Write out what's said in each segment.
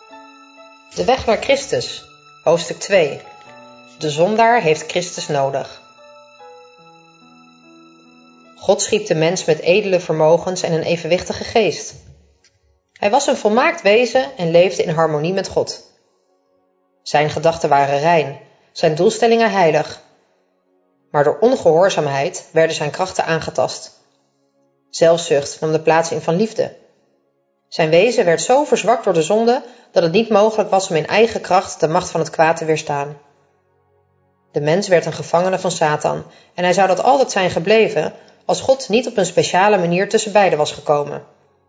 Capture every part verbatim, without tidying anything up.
De weg naar Christus, hoofdstuk twee. De zondaar heeft Christus nodig. God schiep de mens met edele vermogens en een evenwichtige geest. Hij was een volmaakt wezen en leefde in harmonie met God. Zijn gedachten waren rein, zijn doelstellingen heilig. Maar door ongehoorzaamheid werden zijn krachten aangetast. Zelfzucht nam de plaats in van liefde. Zijn wezen werd zo verzwakt door de zonde dat het niet mogelijk was om in eigen kracht de macht van het kwaad te weerstaan. De mens werd een gevangene van Satan en hij zou dat altijd zijn gebleven als God niet op een speciale manier tussen beiden was gekomen.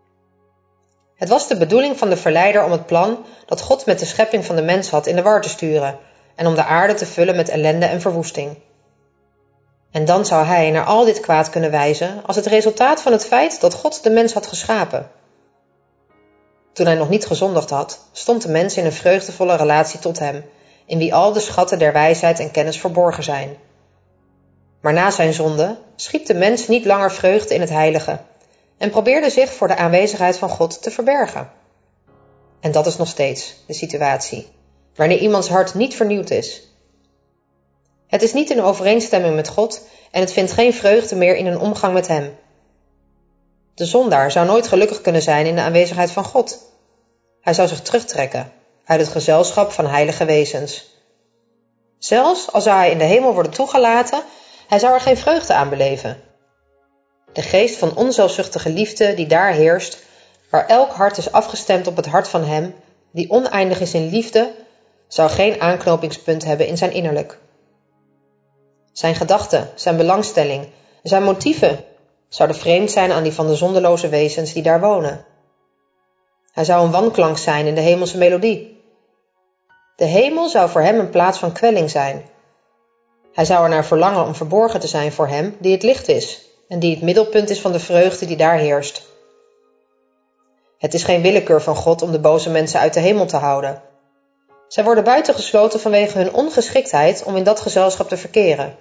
Het was de bedoeling van de verleider om het plan dat God met de schepping van de mens had in de war te sturen en om de aarde te vullen met ellende en verwoesting. En dan zou hij naar al dit kwaad kunnen wijzen als het resultaat van het feit dat God de mens had geschapen. Toen hij nog niet gezondigd had, stond de mens in een vreugdevolle relatie tot hem, in wie al de schatten der wijsheid en kennis verborgen zijn. Maar na zijn zonde schiep de mens niet langer vreugde in het heilige en probeerde zich voor de aanwezigheid van God te verbergen. En dat is nog steeds de situatie, wanneer iemands hart niet vernieuwd is. Het is niet in overeenstemming met God en het vindt geen vreugde meer in een omgang met hem. De zondaar zou nooit gelukkig kunnen zijn in de aanwezigheid van God. Hij zou zich terugtrekken uit het gezelschap van heilige wezens. Zelfs al zou hij in de hemel worden toegelaten, hij zou er geen vreugde aan beleven. De geest van onzelfzuchtige liefde die daar heerst, waar elk hart is afgestemd op het hart van hem, die oneindig is in liefde, zou geen aanknopingspunt hebben in zijn innerlijk. Zijn gedachten, zijn belangstelling, zijn motieven zouden vreemd zijn aan die van de zondeloze wezens die daar wonen. Hij zou een wanklank zijn in de hemelse melodie. De hemel zou voor hem een plaats van kwelling zijn. Hij zou er naar verlangen om verborgen te zijn voor hem die het licht is en die het middelpunt is van de vreugde die daar heerst. Het is geen willekeur van God om de boze mensen uit de hemel te houden. Zij worden buitengesloten vanwege hun ongeschiktheid om in dat gezelschap te verkeren.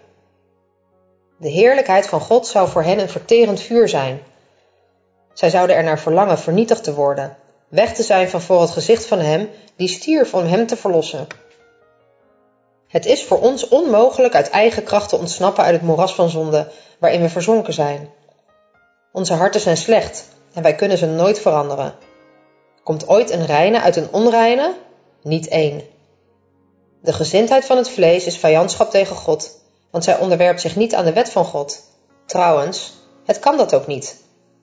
De heerlijkheid van God zou voor hen een verterend vuur zijn. Zij zouden er naar verlangen vernietigd te worden, weg te zijn van voor het gezicht van hem die stierf om hem te verlossen. Het is voor ons onmogelijk uit eigen kracht te ontsnappen uit het moeras van zonde waarin we verzonken zijn. Onze harten zijn slecht en wij kunnen ze nooit veranderen. Komt ooit een reine uit een onreine? Niet één. De gezindheid van het vlees is vijandschap tegen God, want zij onderwerpt zich niet aan de wet van God. Trouwens, het kan dat ook niet.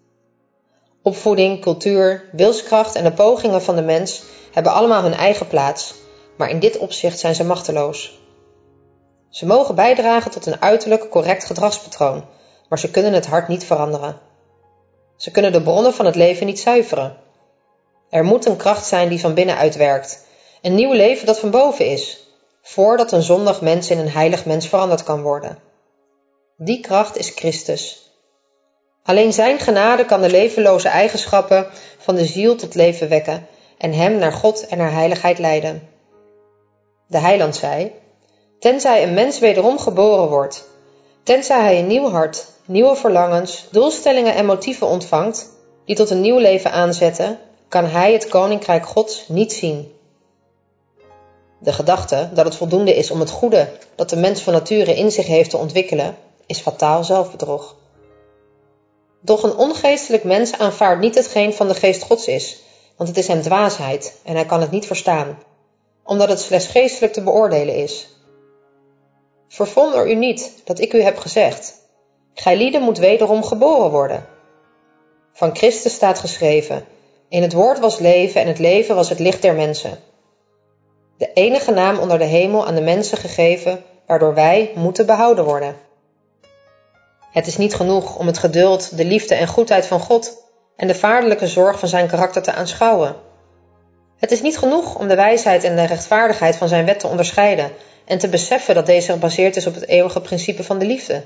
Opvoeding, cultuur, wilskracht en de pogingen van de mens hebben allemaal hun eigen plaats, maar in dit opzicht zijn ze machteloos. Ze mogen bijdragen tot een uiterlijk correct gedragspatroon, maar ze kunnen het hart niet veranderen. Ze kunnen de bronnen van het leven niet zuiveren. Er moet een kracht zijn die van binnenuit werkt, een nieuw leven dat van boven is, voordat een zondig mens in een heilig mens veranderd kan worden. Die kracht is Christus. Alleen zijn genade kan de levenloze eigenschappen van de ziel tot leven wekken en hem naar God en naar heiligheid leiden. De heiland zei: tenzij een mens wederom geboren wordt, tenzij hij een nieuw hart, nieuwe verlangens, doelstellingen en motieven ontvangt, die tot een nieuw leven aanzetten, kan hij het koninkrijk Gods niet zien. De gedachte dat het voldoende is om het goede dat de mens van nature in zich heeft te ontwikkelen, is fataal zelfbedrog. Doch een ongeestelijk mens aanvaardt niet hetgeen van de geest Gods is, want het is hem dwaasheid en hij kan het niet verstaan, omdat het slechts geestelijk te beoordelen is. Verwonder u niet dat ik u heb gezegd: Gij moet wederom geboren worden. Van Christus staat geschreven: in het woord was leven en het leven was het licht der mensen. De enige naam onder de hemel aan de mensen gegeven, waardoor wij moeten behouden worden. Het is niet genoeg om het geduld, de liefde en goedheid van God en de vaderlijke zorg van zijn karakter te aanschouwen. Het is niet genoeg om de wijsheid en de rechtvaardigheid van zijn wet te onderscheiden en te beseffen dat deze gebaseerd is op het eeuwige principe van de liefde.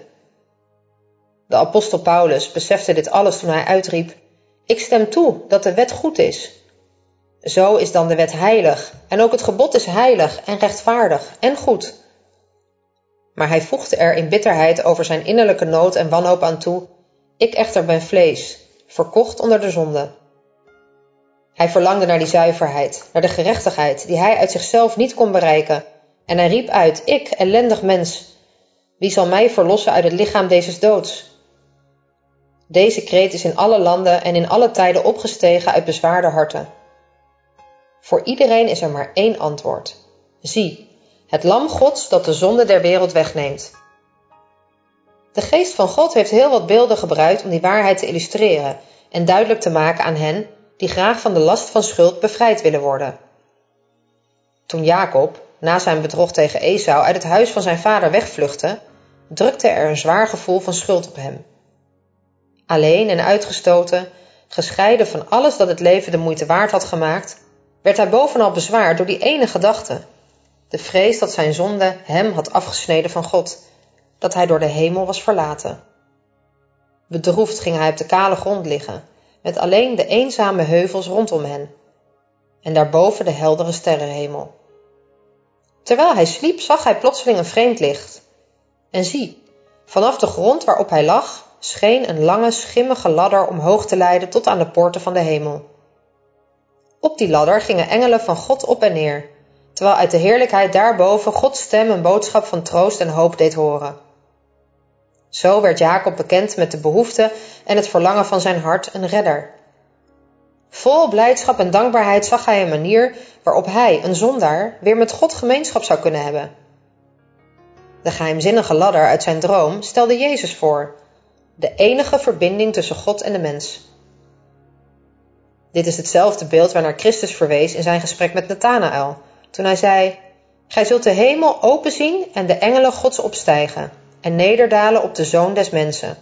De apostel Paulus besefte dit alles toen hij uitriep: ik stem toe dat de wet goed is. Zo is dan de wet heilig en ook het gebod is heilig en rechtvaardig en goed. Maar hij voegde er in bitterheid over zijn innerlijke nood en wanhoop aan toe: ik echter ben vlees, verkocht onder de zonde. Hij verlangde naar die zuiverheid, naar de gerechtigheid die hij uit zichzelf niet kon bereiken. En hij riep uit, ik, ellendig mens, wie zal mij verlossen uit het lichaam dezes doods? Deze kreet is in alle landen en in alle tijden opgestegen uit bezwaarde harten. Voor iedereen is er maar één antwoord. Zie, het lam Gods dat de zonde der wereld wegneemt. De geest van God heeft heel wat beelden gebruikt om die waarheid te illustreren en duidelijk te maken aan hen die graag van de last van schuld bevrijd willen worden. Toen Jacob, na zijn bedrog tegen Esau, uit het huis van zijn vader wegvluchtte, drukte er een zwaar gevoel van schuld op hem. Alleen en uitgestoten, gescheiden van alles dat het leven de moeite waard had gemaakt, werd hij bovenal bezwaard door die ene gedachte, de vrees dat zijn zonde hem had afgesneden van God, dat hij door de hemel was verlaten. Bedroefd ging hij op de kale grond liggen, met alleen de eenzame heuvels rondom hen, en daarboven de heldere sterrenhemel. Terwijl hij sliep, zag hij plotseling een vreemd licht. En zie, vanaf de grond waarop hij lag, scheen een lange, schimmige ladder omhoog te leiden tot aan de poorten van de hemel. Op die ladder gingen engelen van God op en neer, terwijl uit de heerlijkheid daarboven Gods stem een boodschap van troost en hoop deed horen. Zo werd Jacob bekend met de behoefte en het verlangen van zijn hart, een redder. Vol blijdschap en dankbaarheid zag hij een manier waarop hij, een zondaar, weer met God gemeenschap zou kunnen hebben. De geheimzinnige ladder uit zijn droom stelde Jezus voor, de enige verbinding tussen God en de mens. Dit is hetzelfde beeld waarnaar Christus verwees in zijn gesprek met Nathanaël, toen hij zei, gij zult de hemel openzien en de engelen Gods opstijgen en nederdalen op de Zoon des Mensen.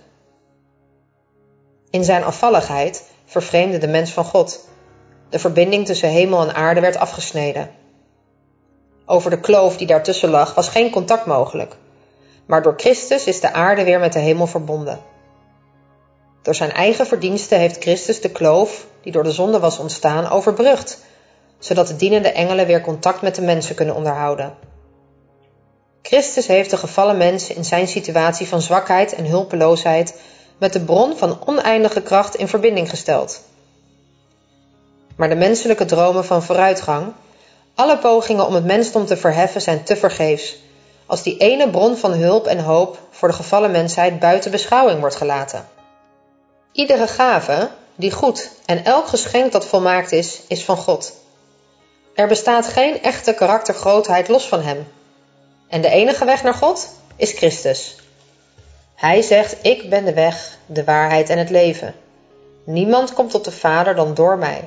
In zijn afvalligheid vervreemde de mens van God. De verbinding tussen hemel en aarde werd afgesneden. Over de kloof die daartussen lag was geen contact mogelijk, maar door Christus is de aarde weer met de hemel verbonden. Door zijn eigen verdiensten heeft Christus de kloof, die door de zonde was ontstaan, overbrugd, zodat de dienende engelen weer contact met de mensen kunnen onderhouden. Christus heeft de gevallen mens in zijn situatie van zwakheid en hulpeloosheid met de bron van oneindige kracht in verbinding gesteld. Maar de menselijke dromen van vooruitgang, alle pogingen om het mensdom te verheffen zijn tevergeefs, als die ene bron van hulp en hoop voor de gevallen mensheid buiten beschouwing wordt gelaten. Iedere gave, die goed en elk geschenk dat volmaakt is, is van God. Er bestaat geen echte karaktergrootheid los van hem. En de enige weg naar God is Christus. Hij zegt, ik ben de weg, de waarheid en het leven. Niemand komt tot de Vader dan door mij.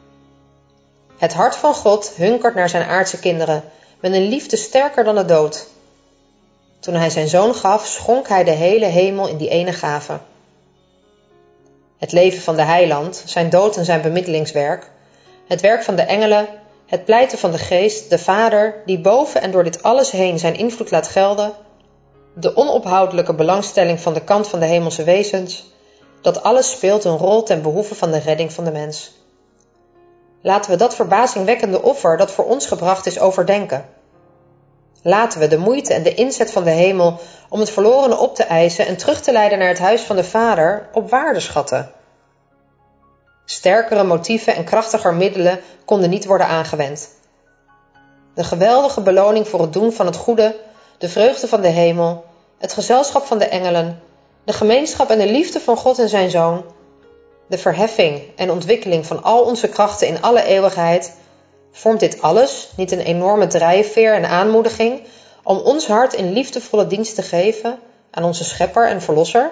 Het hart van God hunkert naar zijn aardse kinderen, met een liefde sterker dan de dood. Toen hij zijn zoon gaf, schonk hij de hele hemel in die ene gave. Het leven van de heiland, zijn dood en zijn bemiddelingswerk, het werk van de engelen, het pleiten van de geest, de Vader, die boven en door dit alles heen zijn invloed laat gelden, de onophoudelijke belangstelling van de kant van de hemelse wezens, dat alles speelt een rol ten behoeve van de redding van de mens. Laten we dat verbazingwekkende offer dat voor ons gebracht is overdenken. Laten we de moeite en de inzet van de hemel om het verlorene op te eisen en terug te leiden naar het huis van de Vader op waarde schatten. Sterkere motieven en krachtiger middelen konden niet worden aangewend. De geweldige beloning voor het doen van het goede, de vreugde van de hemel, het gezelschap van de engelen, de gemeenschap en de liefde van God en zijn Zoon, de verheffing en ontwikkeling van al onze krachten in alle eeuwigheid, vormt dit alles niet een enorme drijfveer en aanmoediging om ons hart in liefdevolle dienst te geven aan onze Schepper en Verlosser?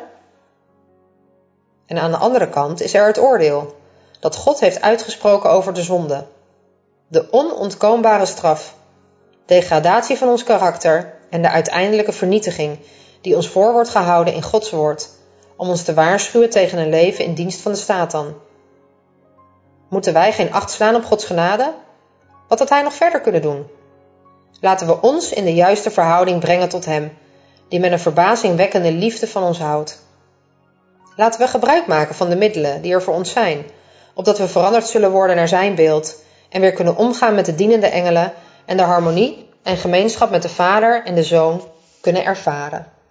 En aan de andere kant is er het oordeel dat God heeft uitgesproken over de zonde, de onontkoombare straf, degradatie van ons karakter en de uiteindelijke vernietiging die ons voor wordt gehouden in Gods woord, om ons te waarschuwen tegen een leven in dienst van de Satan. Moeten wij geen acht slaan op Gods genade? Wat had hij nog verder kunnen doen? Laten we ons in de juiste verhouding brengen tot hem, die met een verbazingwekkende liefde van ons houdt. Laten we gebruik maken van de middelen die er voor ons zijn, opdat we veranderd zullen worden naar zijn beeld en weer kunnen omgaan met de dienende engelen en de harmonie en gemeenschap met de Vader en de Zoon kunnen ervaren.